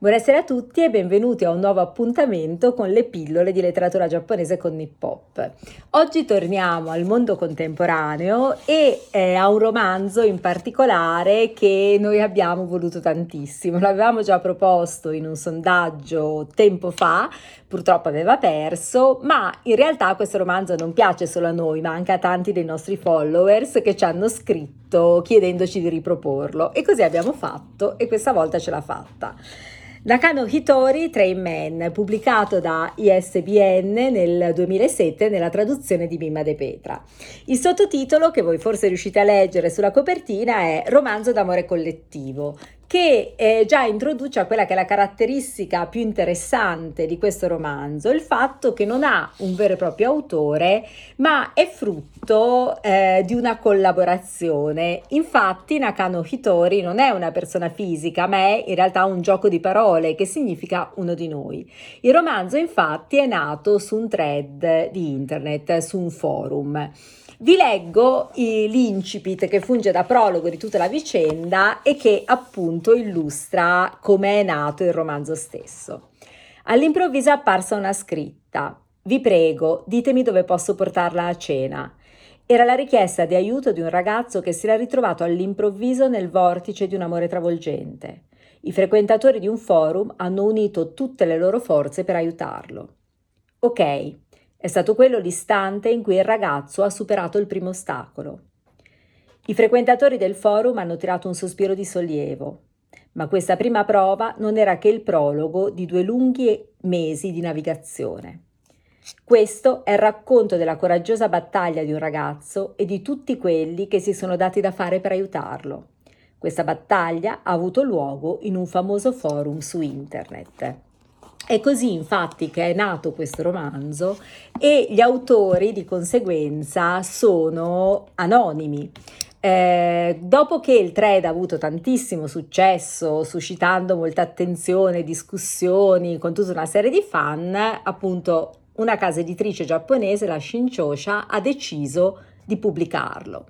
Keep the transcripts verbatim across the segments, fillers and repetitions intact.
Buonasera a tutti e benvenuti a un nuovo appuntamento con le pillole di letteratura giapponese con Nippop. Oggi torniamo al mondo contemporaneo e eh, a un romanzo in particolare che noi abbiamo voluto tantissimo. L'avevamo già proposto in un sondaggio tempo fa, purtroppo aveva perso, ma in realtà questo romanzo non piace solo a noi, ma anche a tanti dei nostri followers che ci hanno scritto chiedendoci di riproporlo, e così abbiamo fatto e questa volta ce l'ha fatta. Nakano Hitori Train Man, pubblicato da I S B N nel duemilasette nella traduzione di Mimma De Petra. Il sottotitolo, che voi forse riuscite a leggere sulla copertina, è Romanzo d'amore collettivo, che eh, già introduce a quella che è la caratteristica più interessante di questo romanzo, il fatto che non ha un vero e proprio autore, ma è frutto eh, di una collaborazione. Infatti Nakano Hitori non è una persona fisica, ma è in realtà un gioco di parole che significa uno di noi. Il romanzo infatti è nato su un thread di internet, su un forum. Vi leggo l'incipit che funge da prologo di tutta la vicenda e che appunto illustra come è nato il romanzo stesso. All'improvviso è apparsa una scritta: vi prego, ditemi dove posso portarla a cena. Era la richiesta di aiuto di un ragazzo che si era ritrovato all'improvviso nel vortice di un amore travolgente. I frequentatori di un forum hanno unito tutte le loro forze per aiutarlo. Ok. È stato quello l'istante in cui il ragazzo ha superato il primo ostacolo. I frequentatori del forum hanno tirato un sospiro di sollievo, ma questa prima prova non era che il prologo di due lunghi mesi di navigazione. Questo è il racconto della coraggiosa battaglia di un ragazzo e di tutti quelli che si sono dati da fare per aiutarlo. Questa battaglia ha avuto luogo in un famoso forum su internet. È così infatti che è nato questo romanzo e gli autori di conseguenza sono anonimi. Eh, dopo che il thread ha avuto tantissimo successo, suscitando molta attenzione, discussioni con tutta una serie di fan, appunto una casa editrice giapponese, la Shinchosha, ha deciso di pubblicarlo.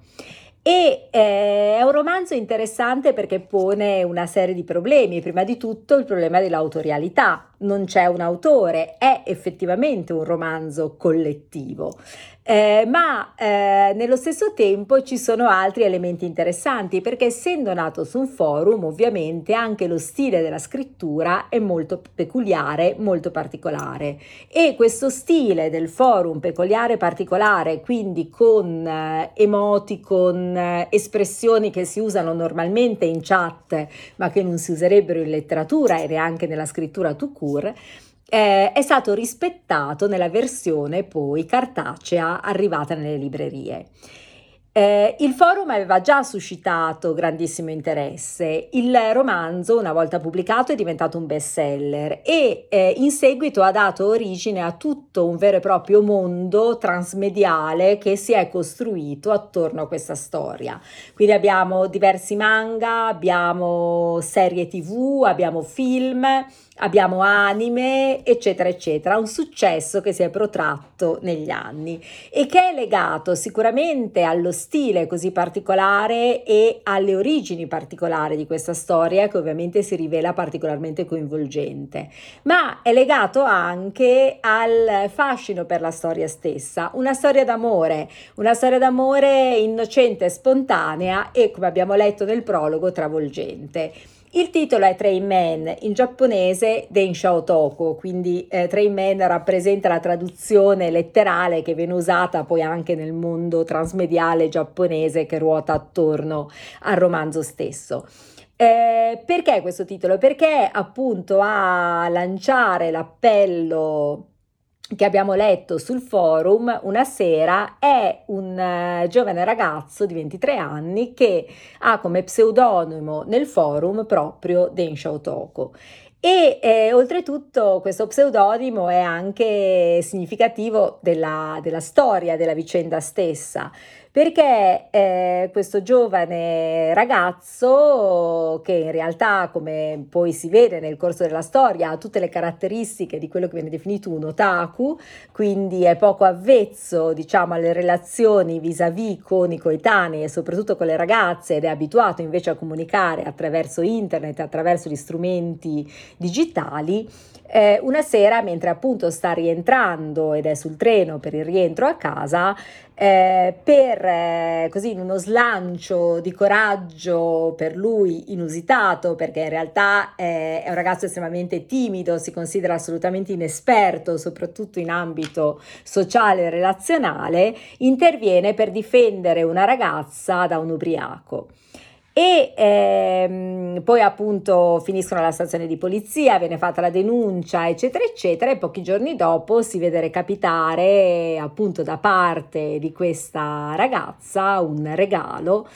E eh, è un romanzo interessante perché pone una serie di problemi. Prima di tutto il problema dell'autorialità. Non c'è un autore, è effettivamente un romanzo collettivo, eh, ma eh, nello stesso tempo ci sono altri elementi interessanti, perché essendo nato su un forum, ovviamente anche lo stile della scrittura è molto peculiare, molto particolare, e questo stile del forum peculiare e particolare, quindi con eh, emoticon, eh, espressioni che si usano normalmente in chat ma che non si userebbero in letteratura e neanche nella scrittura tout court, Eh, è stato rispettato nella versione poi cartacea arrivata nelle librerie. Eh, il forum aveva già suscitato grandissimo interesse. Il romanzo, una volta pubblicato, è diventato un bestseller e eh, in seguito ha dato origine a tutto un vero e proprio mondo transmediale che si è costruito attorno a questa storia. Quindi abbiamo diversi manga, abbiamo serie tivù, abbiamo film, abbiamo anime, eccetera eccetera, un successo che si è protratto negli anni e che è legato sicuramente allo stile così particolare e alle origini particolari di questa storia, che ovviamente si rivela particolarmente coinvolgente, ma è legato anche al fascino per la storia stessa, una storia d'amore, una storia d'amore innocente e spontanea e, come abbiamo letto nel prologo, travolgente. Il titolo è Train Man, in giapponese Densha Otoko, quindi eh, Train Man rappresenta la traduzione letterale che viene usata poi anche nel mondo transmediale giapponese che ruota attorno al romanzo stesso. Eh, perché questo titolo? Perché appunto a lanciare l'appello che abbiamo letto sul forum una sera è un uh, giovane ragazzo di ventitré anni che ha come pseudonimo nel forum proprio Densha Otoko. E eh, oltretutto questo pseudonimo è anche significativo della, della storia, della vicenda stessa, perché eh, questo giovane ragazzo, che in realtà, come poi si vede nel corso della storia, ha tutte le caratteristiche di quello che viene definito un otaku, quindi è poco avvezzo, diciamo, alle relazioni vis-à-vis con i coetanei e soprattutto con le ragazze, ed è abituato invece a comunicare attraverso internet, attraverso gli strumenti digitali. Eh, una sera, mentre appunto sta rientrando ed è sul treno per il rientro a casa, eh, per eh, così in uno slancio di coraggio per lui inusitato, perché in realtà eh, è un ragazzo estremamente timido, si considera assolutamente inesperto, soprattutto in ambito sociale e relazionale, interviene per difendere una ragazza da un ubriaco. E ehm, poi appunto finiscono alla stazione di polizia, viene fatta la denuncia, eccetera, eccetera, e pochi giorni dopo si vede recapitare appunto da parte di questa ragazza un regalo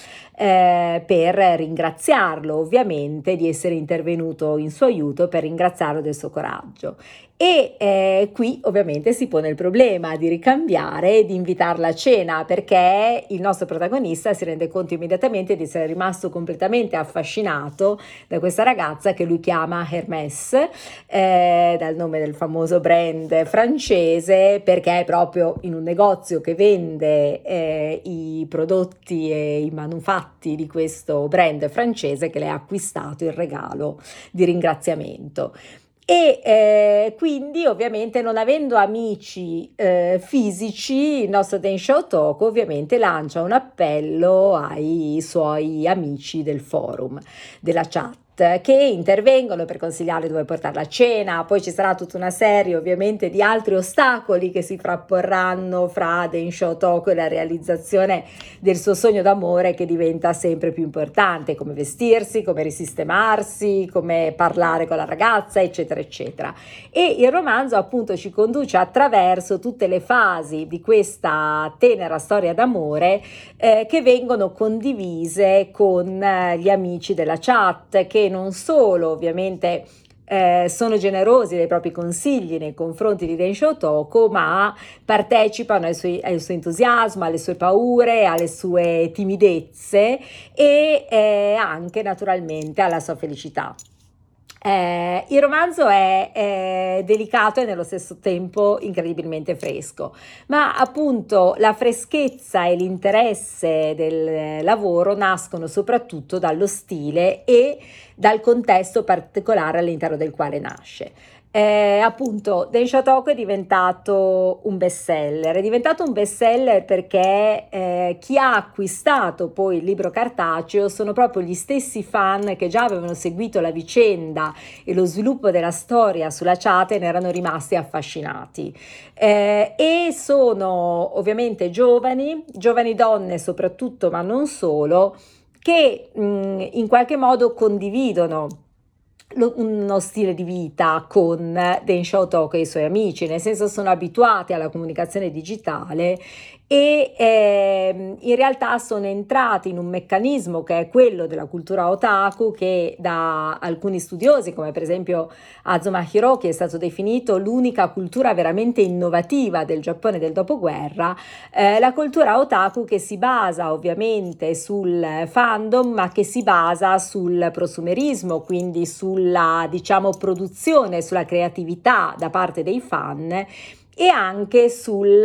eh, per ringraziarlo, ovviamente, di essere intervenuto in suo aiuto, per ringraziarlo del suo coraggio. E eh, qui ovviamente si pone il problema di ricambiare e di invitarla a cena, perché il nostro protagonista si rende conto immediatamente di essere rimasto completamente affascinato da questa ragazza che lui chiama Hermès, eh, dal nome del famoso brand francese, perché è proprio in un negozio che vende eh, i prodotti e i manufatti di questo brand francese che le ha acquistato in regalo di ringraziamento. E eh, quindi ovviamente, non avendo amici eh, fisici, il nostro Den Xiaotoko ovviamente lancia un appello ai suoi amici del forum, della chat, che intervengono per consigliarle dove portarla a cena. Poi ci sarà tutta una serie ovviamente di altri ostacoli che si frapporranno fra Den Xiaotoko e la realizzazione del suo sogno d'amore, che diventa sempre più importante, come vestirsi, come risistemarsi, come parlare con la ragazza, eccetera eccetera. E il romanzo appunto ci conduce attraverso tutte le fasi di questa tenera storia d'amore eh, che vengono condivise con eh, gli amici della chat, che non solo ovviamente Eh, sono generosi dei propri consigli nei confronti di Den Xiaotoko, ma partecipano ai suoi, al suo entusiasmo, alle sue paure, alle sue timidezze e eh, anche naturalmente alla sua felicità. Eh, il romanzo è, è delicato e nello stesso tempo incredibilmente fresco, ma appunto la freschezza e l'interesse del lavoro nascono soprattutto dallo stile e dal contesto particolare all'interno del quale nasce. Eh, appunto Den Xiaotoko è diventato un bestseller, è diventato un bestseller perché eh, chi ha acquistato poi il libro cartaceo sono proprio gli stessi fan che già avevano seguito la vicenda e lo sviluppo della storia sulla chat e ne erano rimasti affascinati. Eh, e sono ovviamente giovani, giovani donne soprattutto, ma non solo, che mh, in qualche modo condividono uno stile di vita con Den Xiaotoko e i suoi amici, nel senso sono abituati alla comunicazione digitale e eh, in realtà sono entrati in un meccanismo che è quello della cultura otaku, che da alcuni studiosi, come per esempio Azuma Hiroki, è stato definito l'unica cultura veramente innovativa del Giappone del dopoguerra, eh, la cultura otaku che si basa ovviamente sul fandom, ma che si basa sul prosumerismo, quindi sulla, diciamo, produzione, sulla creatività da parte dei fan e anche sul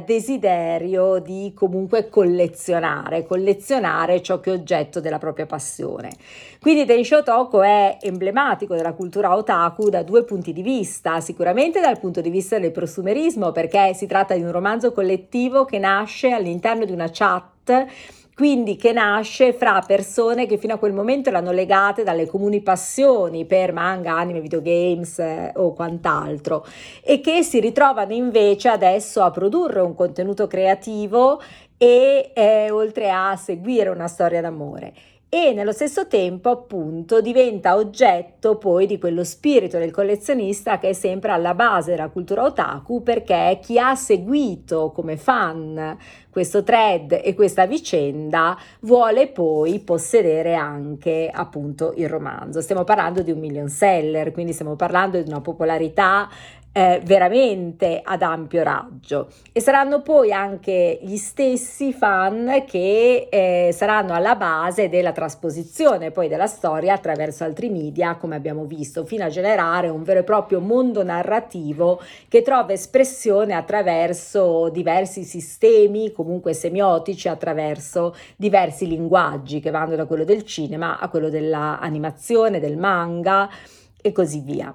desiderio di comunque collezionare, collezionare ciò che è oggetto della propria passione. Quindi Den Xiaotoko è emblematico della cultura otaku da due punti di vista, sicuramente dal punto di vista del prosumerismo, perché si tratta di un romanzo collettivo che nasce all'interno di una chat, quindi che nasce fra persone che fino a quel momento erano legate dalle comuni passioni per manga, anime, videogames eh, o quant'altro, e che si ritrovano invece adesso a produrre un contenuto creativo e eh, oltre a seguire una storia d'amore. E nello stesso tempo appunto diventa oggetto poi di quello spirito del collezionista che è sempre alla base della cultura otaku, perché chi ha seguito come fan questo thread e questa vicenda vuole poi possedere anche appunto il romanzo. Stiamo parlando di un million seller, quindi stiamo parlando di una popolarità Eh, veramente ad ampio raggio, e saranno poi anche gli stessi fan che eh, saranno alla base della trasposizione poi della storia attraverso altri media, come abbiamo visto, fino a generare un vero e proprio mondo narrativo che trova espressione attraverso diversi sistemi comunque semiotici, attraverso diversi linguaggi che vanno da quello del cinema a quello dell'animazione, del manga e così via.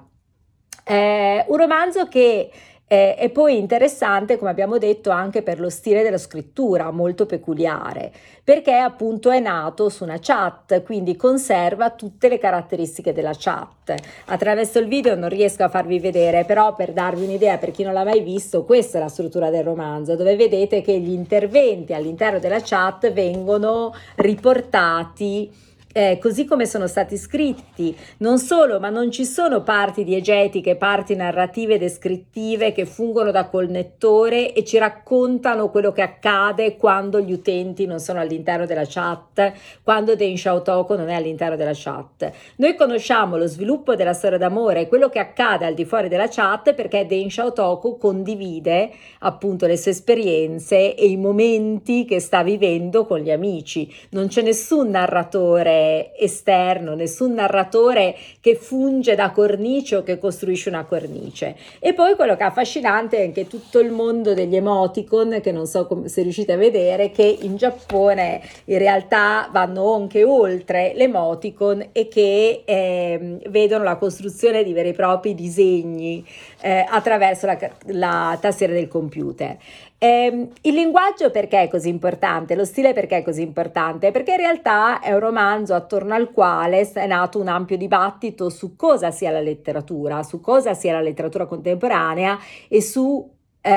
È un romanzo che eh, è poi interessante, come abbiamo detto, anche per lo stile della scrittura, molto peculiare, perché appunto è nato su una chat, quindi conserva tutte le caratteristiche della chat. Attraverso il video non riesco a farvi vedere, però per darvi un'idea, per chi non l'ha mai visto, questa è la struttura del romanzo, dove vedete che gli interventi all'interno della chat vengono riportati Eh, così come sono stati scritti. Non solo, ma non ci sono parti diegetiche, parti narrative descrittive che fungono da connettore e ci raccontano quello che accade quando gli utenti non sono all'interno della chat, quando Deng Xiaotoko non è all'interno della chat. Noi conosciamo lo sviluppo della storia d'amore, quello che accade al di fuori della chat, perché Deng Xiaotoko condivide appunto le sue esperienze e i momenti che sta vivendo con gli amici. Non c'è nessun narratore esterno, nessun narratore che funge da cornice o che costruisce una cornice. E poi quello che è affascinante è anche tutto il mondo degli emoticon, che non so se riuscite a vedere, che in Giappone in realtà vanno anche oltre l'emoticon e che eh, vedono la costruzione di veri e propri disegni eh, attraverso la, la tastiera del computer. Eh, il linguaggio perché è così importante? Lo stile perché è così importante? Perché in realtà è un romanzo attorno al quale è nato un ampio dibattito su cosa sia la letteratura, su cosa sia la letteratura contemporanea e su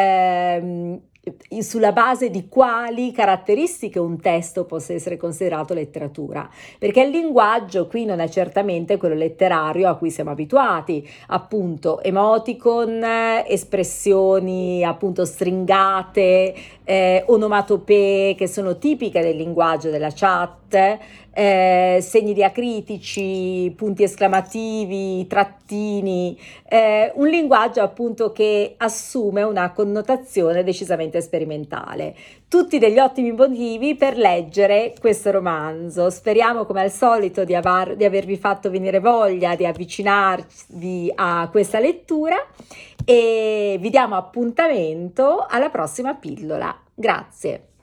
ehm, sulla base di quali caratteristiche un testo possa essere considerato letteratura, perché il linguaggio qui non è certamente quello letterario a cui siamo abituati, appunto emoticon, espressioni appunto stringate, eh, onomatopee che sono tipiche del linguaggio della chat, eh, segni diacritici, punti esclamativi, trattini, eh, un linguaggio appunto che assume una connotazione decisamente sperimentale. Tutti degli ottimi motivi per leggere questo romanzo. Speriamo come al solito di, avar, di avervi fatto venire voglia di avvicinarvi a questa lettura e vi diamo appuntamento alla prossima pillola. Grazie.